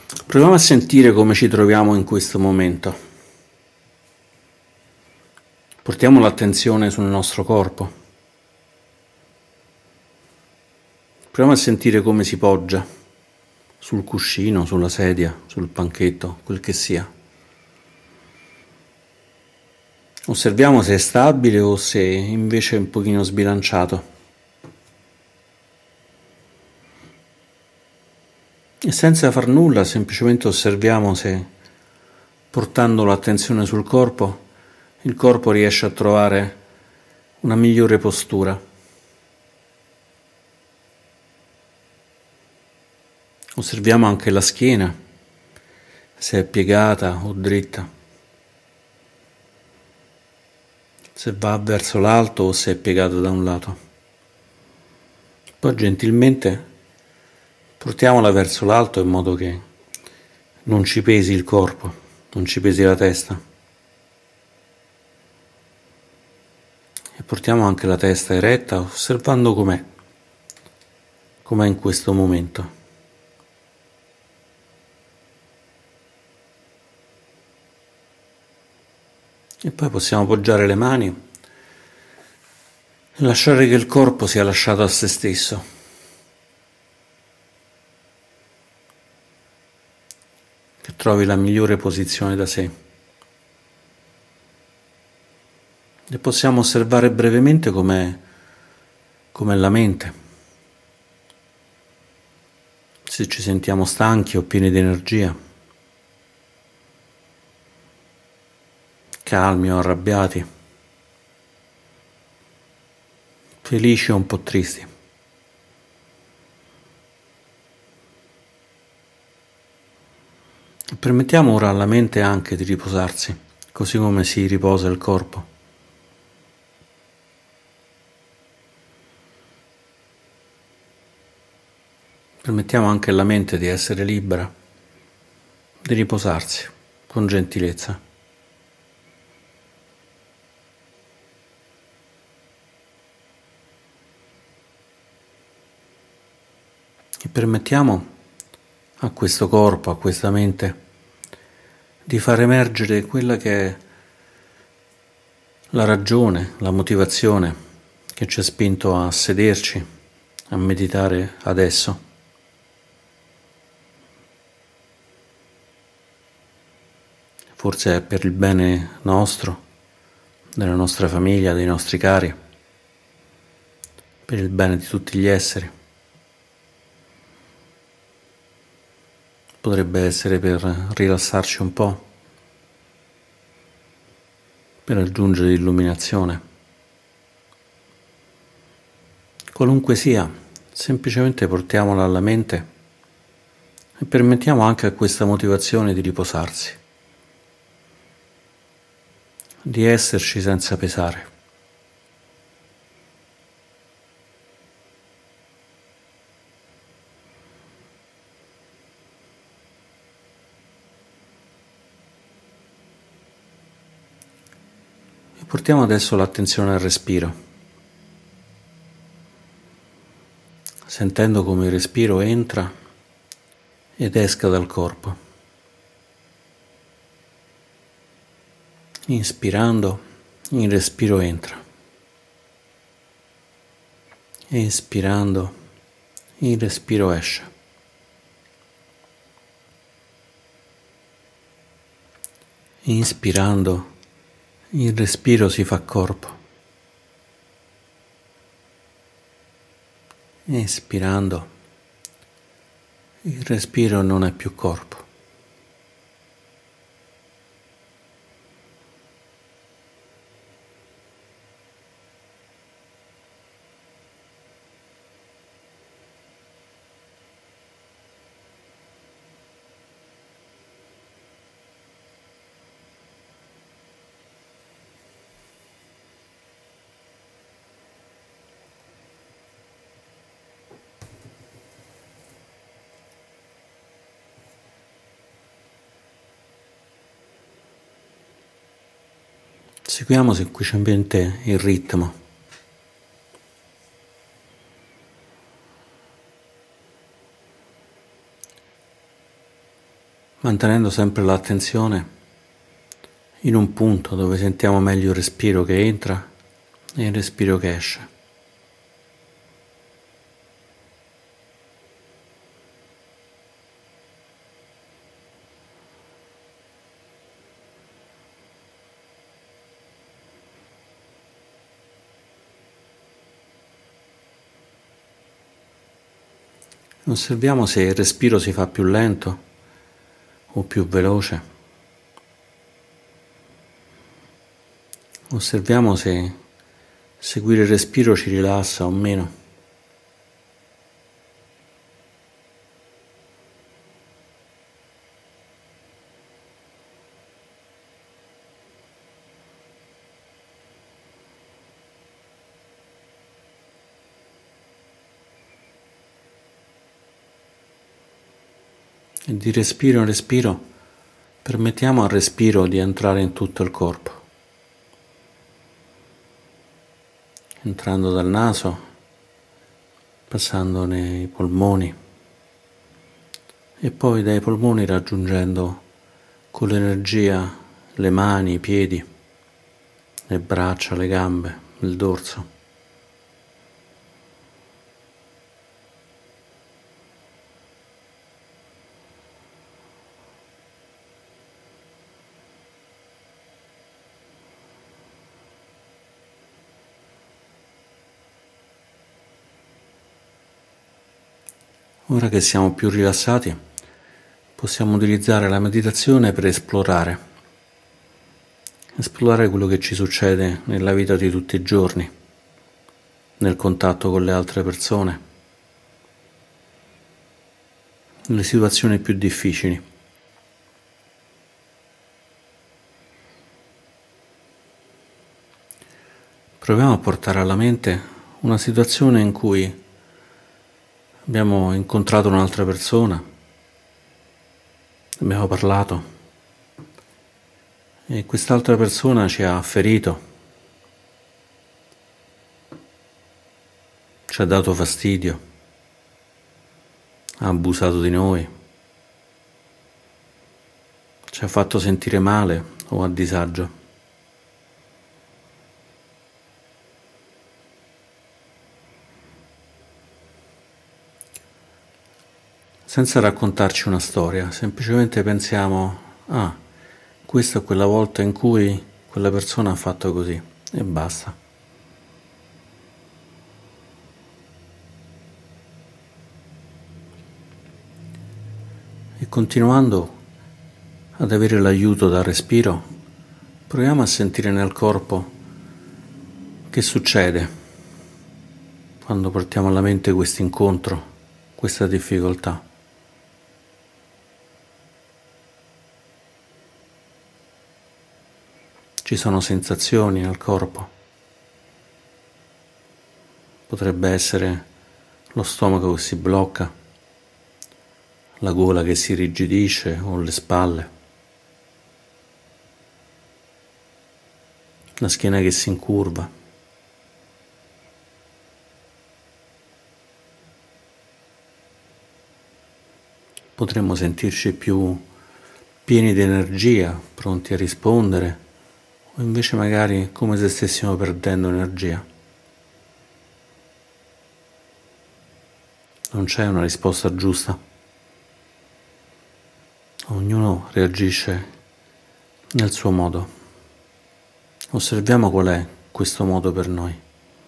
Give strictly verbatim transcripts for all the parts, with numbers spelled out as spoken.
Proviamo a sentire come ci troviamo in questo momento. Portiamo l'attenzione sul nostro corpo. Proviamo a sentire come si poggia, sul cuscino, sulla sedia, sul panchetto, quel che sia. Osserviamo se è stabile o se invece è un pochino sbilanciato. E senza far nulla, semplicemente osserviamo se, portando l'attenzione sul corpo, il corpo riesce a trovare una migliore postura. Osserviamo anche la schiena, se è piegata o dritta, se va verso l'alto o se è piegata da un lato. Poi gentilmente portiamola verso l'alto in modo che non ci pesi il corpo, non ci pesi la testa. E portiamo anche la testa eretta, osservando com'è, com'è in questo momento. E poi possiamo poggiare le mani e lasciare che il corpo sia lasciato a se stesso. Che trovi la migliore posizione da sé. E possiamo osservare brevemente com'è, com'è la mente. Se ci sentiamo stanchi o pieni di energia, calmi o arrabbiati, felici o un po' tristi. E permettiamo ora alla mente anche di riposarsi, così come si riposa il corpo. Permettiamo anche alla mente di essere libera, di riposarsi con gentilezza. E permettiamo a questo corpo, a questa mente, di far emergere quella che è la ragione, la motivazione che ci ha spinto a sederci, a meditare adesso. Forse è per il bene nostro, della nostra famiglia, dei nostri cari, per il bene di tutti gli esseri. Potrebbe essere per rilassarci un po', per raggiungere l'illuminazione. Qualunque sia, semplicemente portiamola alla mente e permettiamo anche a questa motivazione di riposarsi, di esserci senza pesare. E portiamo adesso l'attenzione al respiro, sentendo come il respiro entra ed esca dal corpo. Inspirando, il respiro entra. Espirando, il respiro esce. Inspirando, il respiro si fa corpo. Espirando, il respiro non è più corpo. Seguiamo semplicemente il ritmo. mantenendo sempre l'attenzione in un punto dove sentiamo meglio il respiro che entra e il respiro che esce. Osserviamo se il respiro si fa più lento o più veloce. Osserviamo se seguire il respiro ci rilassa o meno. E di respiro in respiro permettiamo al respiro di entrare in tutto il corpo, entrando dal naso, passando nei polmoni e poi dai polmoni raggiungendo con l'energia le mani, i piedi, le braccia, le gambe, il dorso. Ora che siamo più rilassati, possiamo utilizzare la meditazione per esplorare, esplorare quello che ci succede nella vita di tutti i giorni, nel contatto con le altre persone, nelle situazioni più difficili. Proviamo a portare alla mente una situazione in cui abbiamo incontrato un'altra persona, abbiamo parlato e quest'altra persona ci ha ferito, ci ha dato fastidio, ha abusato di noi, ci ha fatto sentire male o a disagio. Senza raccontarci una storia, semplicemente pensiamo, ah, questa è quella volta in cui quella persona ha fatto così, e basta. E continuando ad avere l'aiuto dal respiro, proviamo a sentire nel corpo che succede quando portiamo alla mente questo incontro, questa difficoltà. Ci sono sensazioni nel corpo. Potrebbe essere lo stomaco che si blocca, la gola che si irrigidisce o le spalle, la schiena che si incurva. Potremmo sentirci più pieni di energia, pronti a rispondere, o invece magari come se stessimo perdendo energia. Non c'è una risposta giusta. Ognuno reagisce nel suo modo. Osserviamo qual è questo modo per noi.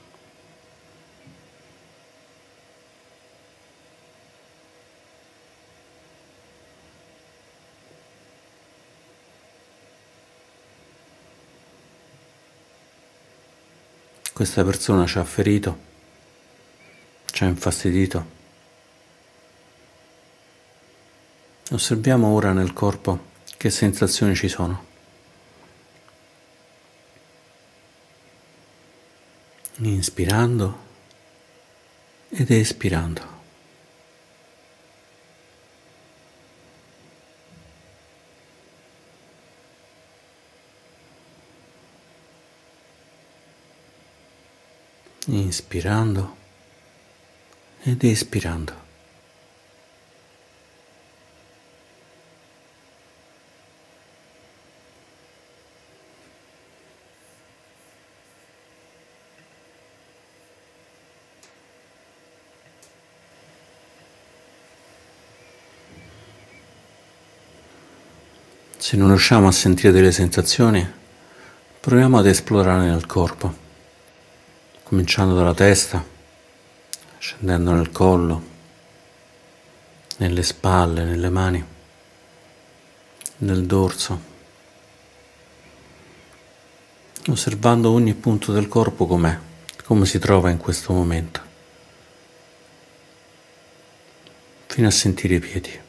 Questa persona ci ha ferito, ci ha infastidito. Osserviamo ora nel corpo che sensazioni ci sono. Inspirando ed espirando. Inspirando ed espirando. Se non riusciamo a sentire delle sensazioni, proviamo ad esplorare nel corpo, cominciando dalla testa, scendendo nel collo, nelle spalle, nelle mani, nel dorso, osservando ogni punto del corpo com'è, come si trova in questo momento, fino a sentire i piedi.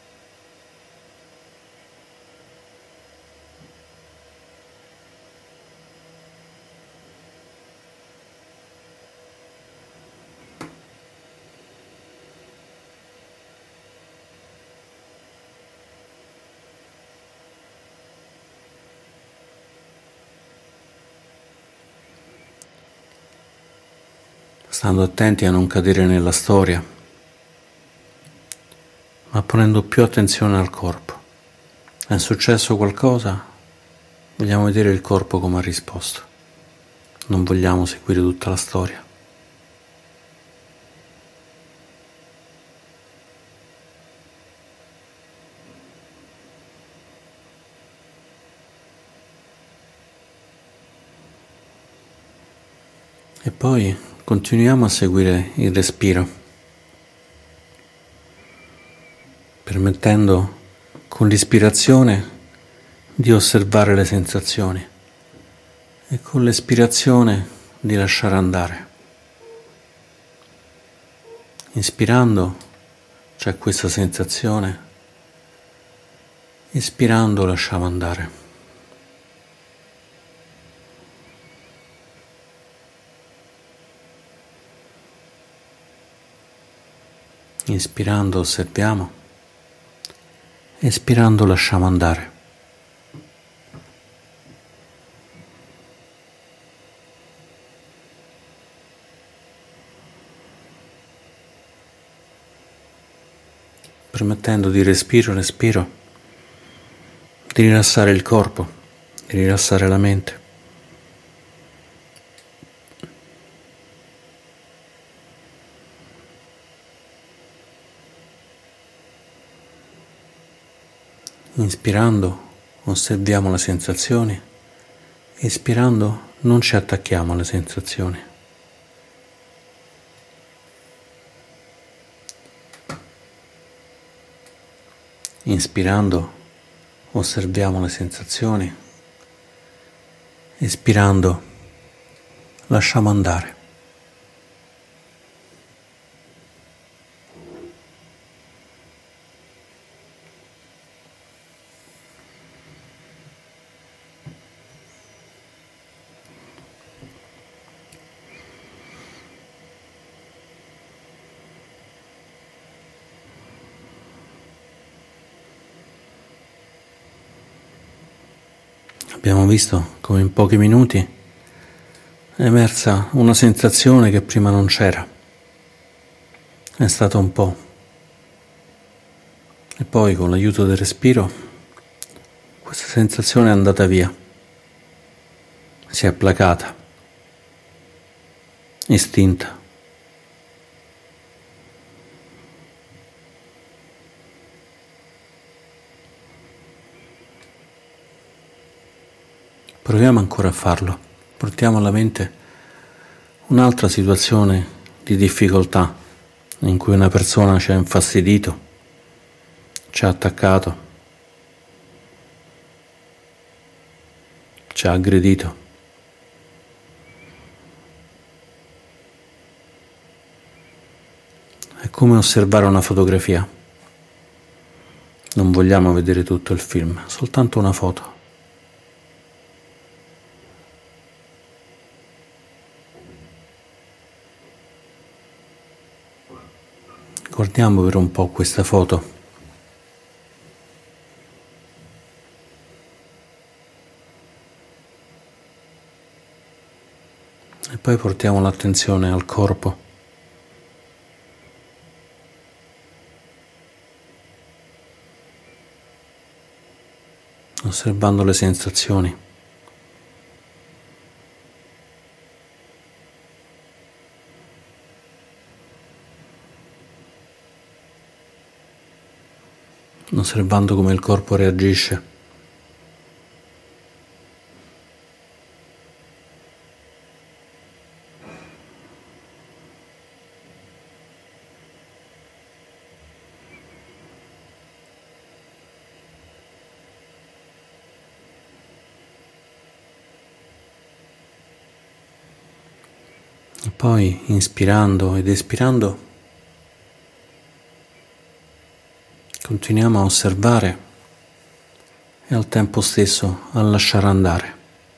Stando attenti a non cadere nella storia, ma ponendo più attenzione al corpo. È successo qualcosa? Vogliamo vedere il corpo come ha risposto. Non vogliamo seguire tutta la storia. E poi continuiamo a seguire il respiro, permettendo con l'ispirazione di osservare le sensazioni e con l'espirazione di lasciare andare. Inspirando c'è questa sensazione, espirando lasciamo andare. Inspirando osserviamo, espirando lasciamo andare. Permettendo di respiro respiro di rilassare il corpo, di rilassare la mente. Inspirando osserviamo le sensazioni, espirando non ci attacchiamo alle sensazioni. Inspirando osserviamo le sensazioni, espirando lasciamo andare. Abbiamo visto come in pochi minuti è emersa una sensazione che prima non c'era. È stato un po'. E poi con l'aiuto del respiro questa sensazione è andata via. Si è placata, estinta. Proviamo ancora a farlo. Portiamo alla mente un'altra situazione di difficoltà in cui una persona ci ha infastidito, ci ha attaccato, ci ha aggredito. È come osservare una fotografia. Non vogliamo vedere tutto il film, soltanto una foto. Guardiamo per un po' questa foto. E poi portiamo l'attenzione al corpo. Osservando le sensazioni. Osservando come il corpo reagisce. poi, inspirando ed espirando, continuiamo a osservare e al tempo stesso a lasciare andare.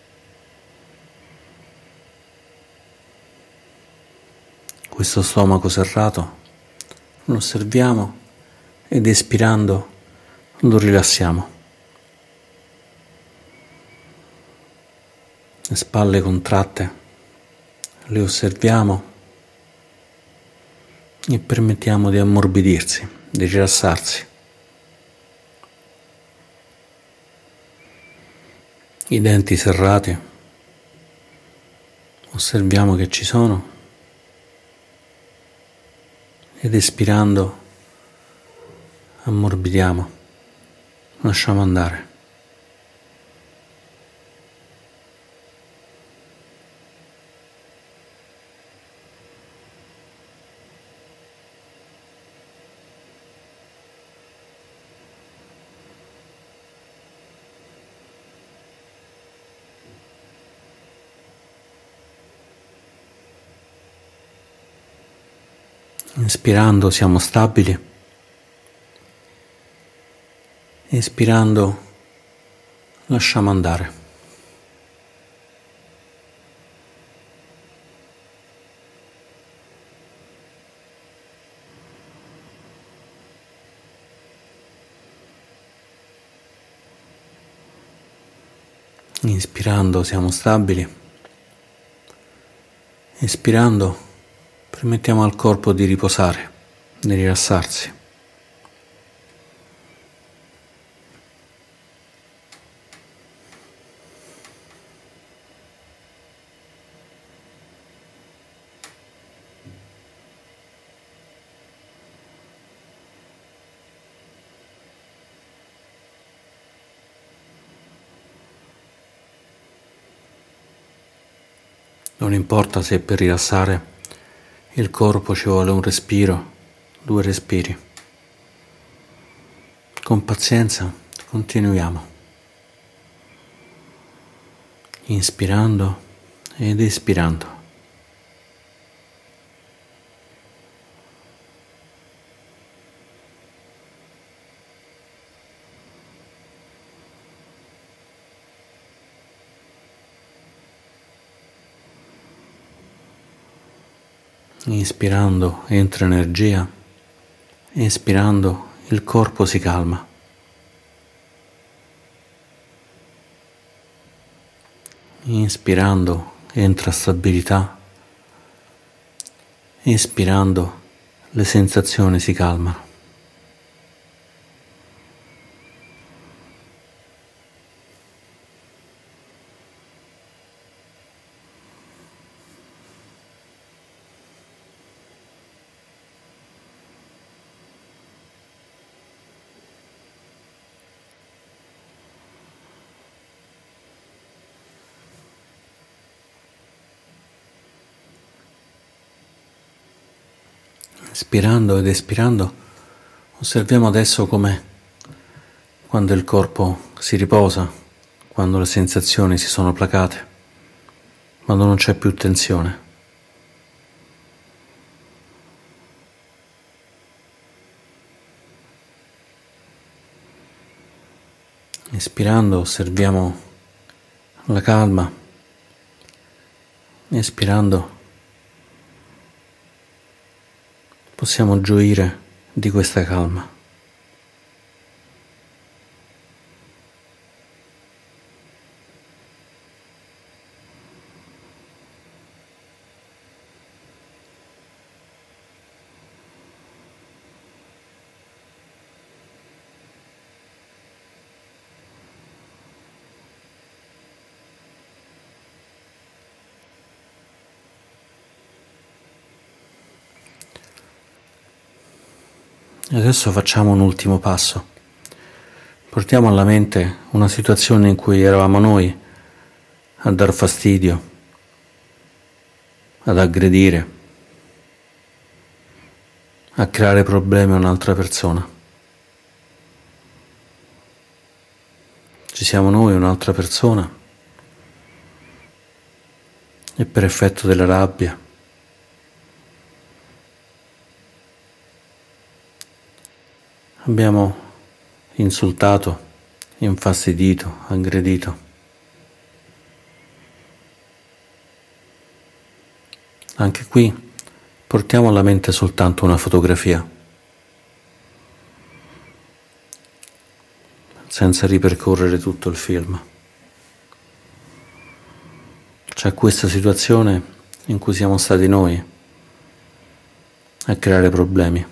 Questo stomaco serrato lo osserviamo ed espirando lo rilassiamo. Le spalle contratte le osserviamo e permettiamo di ammorbidirsi, di rilassarsi. I denti serrati osserviamo che ci sono ed espirando ammorbidiamo, lasciamo andare. Inspirando siamo stabili, espirando lasciamo andare. Inspirando siamo stabili, espirando permettiamo al corpo di riposare, di rilassarsi. Non importa se per rilassare il corpo ci vuole un respiro, due respiri. Con pazienza continuiamo, inspirando ed espirando. Inspirando entra energia, espirando il corpo si calma. Inspirando entra stabilità, espirando le sensazioni si calmano. Inspirando ed espirando, osserviamo adesso come quando il corpo si riposa, quando le sensazioni si sono placate, quando non c'è più tensione. Inspirando osserviamo la calma, espirando possiamo gioire di questa calma. E adesso facciamo un ultimo passo. Portiamo alla mente una situazione in cui eravamo noi a dar fastidio, ad aggredire, a creare problemi a un'altra persona. Ci siamo noi, un'altra persona, e per effetto della rabbia, abbiamo insultato, infastidito, aggredito. Anche qui portiamo alla mente soltanto una fotografia, senza ripercorrere tutto il film. C'è questa situazione in cui siamo stati noi a creare problemi.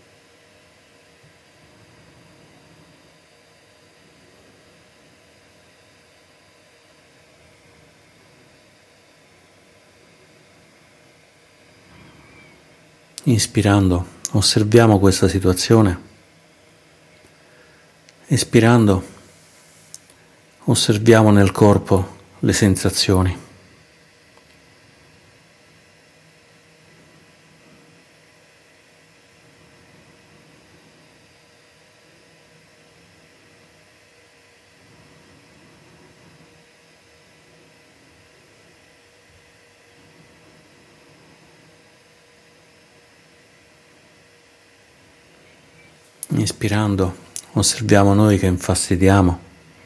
Inspirando, osserviamo questa situazione. Espirando, osserviamo nel corpo le sensazioni. Inspirando, osserviamo noi che infastidiamo,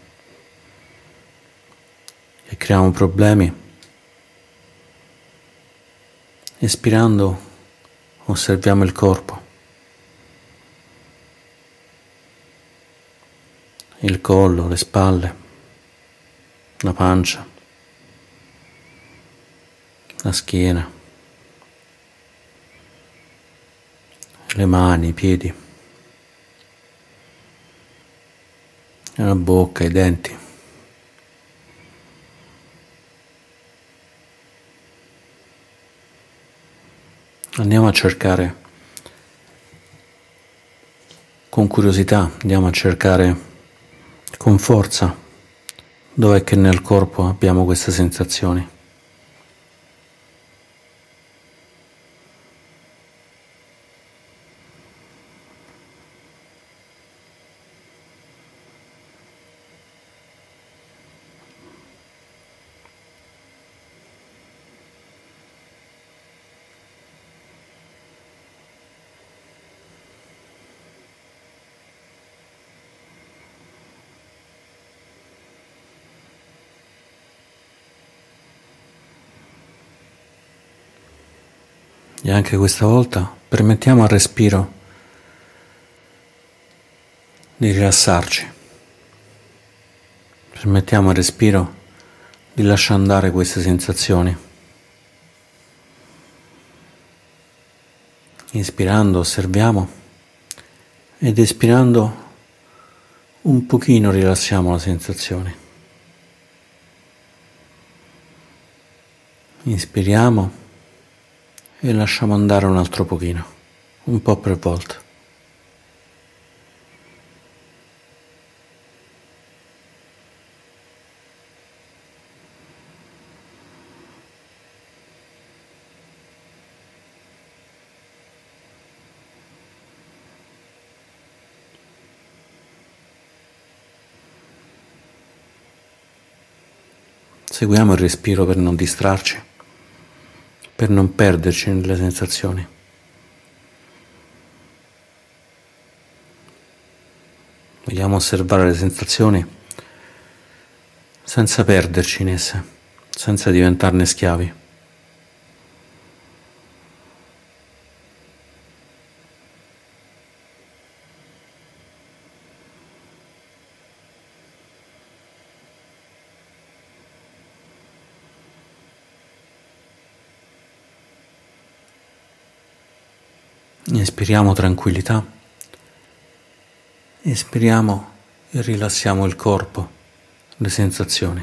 che creiamo problemi. Espirando, osserviamo il corpo, il collo, le spalle, la pancia, la schiena, le mani, i piedi, la bocca, i denti. Andiamo a cercare con curiosità, andiamo a cercare con forza dov'è che nel corpo abbiamo queste sensazioni. E anche questa volta permettiamo al respiro di rilassarci. Permettiamo al respiro di lasciare andare queste sensazioni. Inspirando osserviamo ed espirando un pochino rilassiamo la sensazione. Inspiriamo e lasciamo andare un altro pochino, un po' per volta. Seguiamo il respiro per non distrarci, per non perderci nelle sensazioni. Vogliamo osservare le sensazioni senza perderci in esse, senza diventarne schiavi. Inspiriamo tranquillità, espiriamo e rilassiamo il corpo, le sensazioni.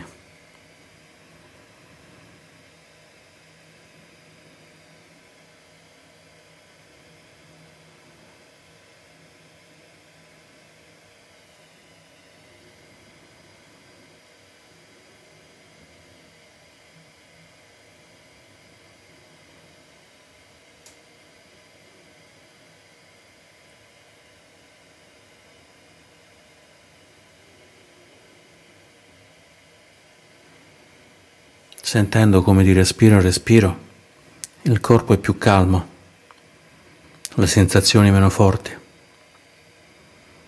Sentendo come di respiro a respiro il corpo è più calmo, le sensazioni meno forti.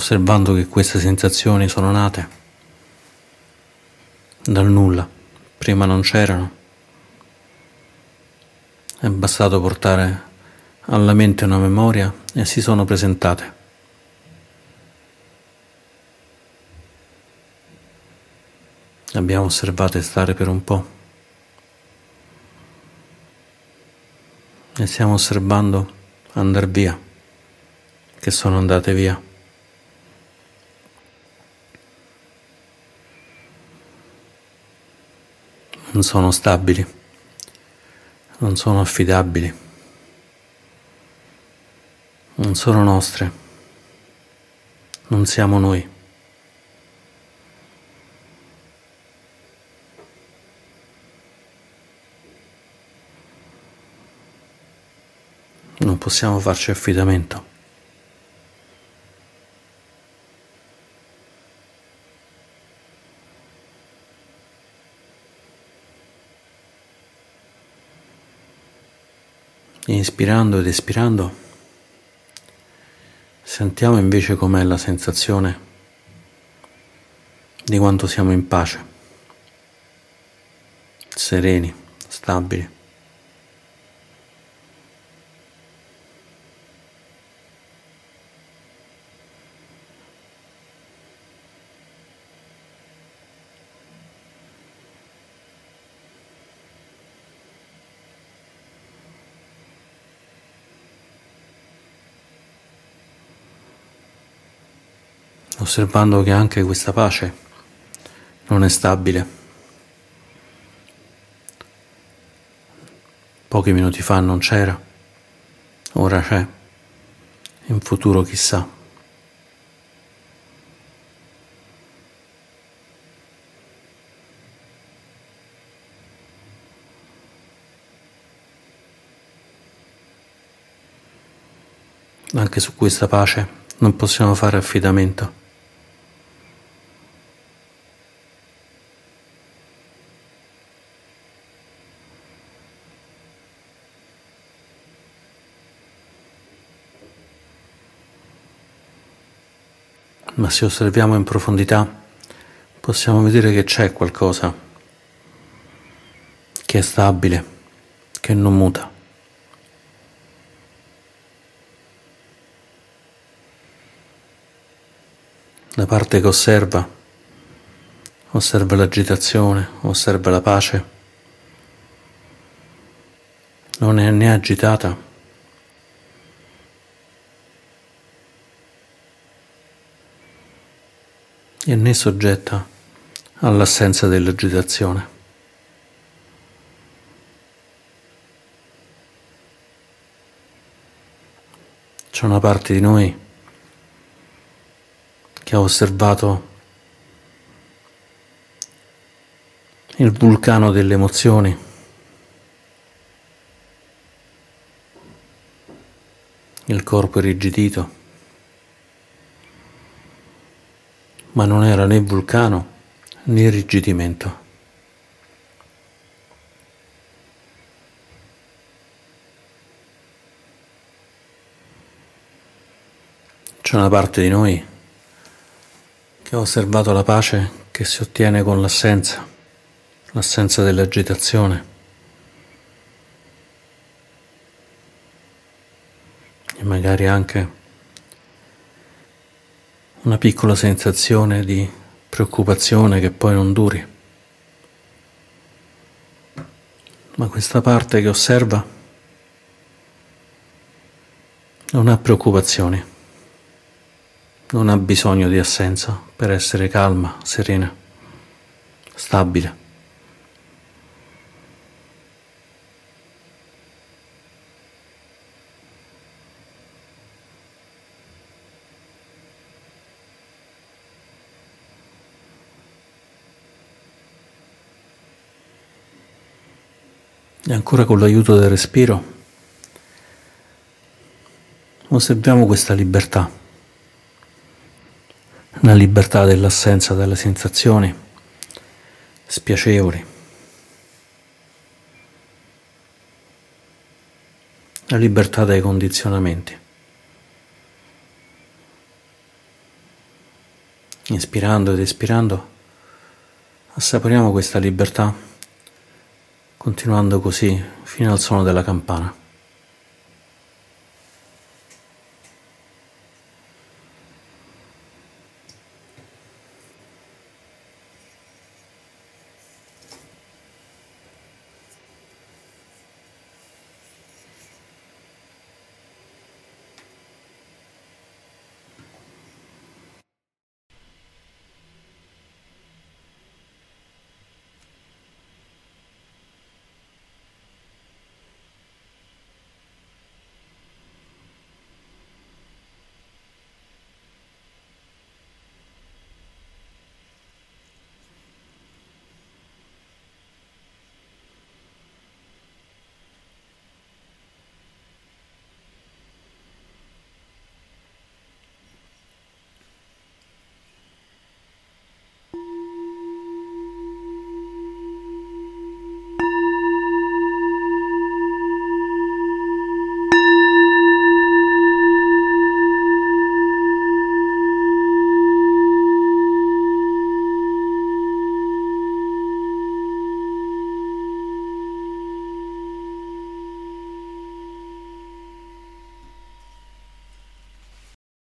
osservando che queste sensazioni sono nate dal nulla, prima non c'erano. È bastato portare alla mente una memoria e si sono presentate. Le abbiamo osservate stare per un po' e stiamo osservando andar via, che sono andate via. Non sono stabili, non sono affidabili, non sono nostre, non siamo noi. Non possiamo farci affidamento. Inspirando ed espirando, sentiamo invece com'è la sensazione di quanto siamo in pace, sereni, stabili. Osservando che anche questa pace non è stabile. Pochi minuti fa non c'era, ora c'è, in futuro chissà. Anche su questa pace non possiamo fare affidamento. Ma se osserviamo in profondità, possiamo vedere che c'è qualcosa che è stabile, che non muta. La parte che osserva, osserva l'agitazione, osserva la pace, non è né agitata e né soggetta all'assenza dell'agitazione. C'è una parte di noi che ha osservato il vulcano delle emozioni, il corpo irrigidito, ma non era né vulcano né irrigidimento. C'è una parte di noi che ha osservato la pace che si ottiene con l'assenza, l'assenza dell'agitazione. E magari anche una piccola sensazione di preoccupazione che poi non duri. Ma questa parte che osserva non ha preoccupazioni, non ha bisogno di assenza per essere calma, serena, stabile. E ancora con l'aiuto del respiro osserviamo questa libertà, la libertà dell'assenza delle sensazioni spiacevoli, la libertà dai condizionamenti. inspirando ed espirando, assaporiamo questa libertà, continuando così fino al suono della campana.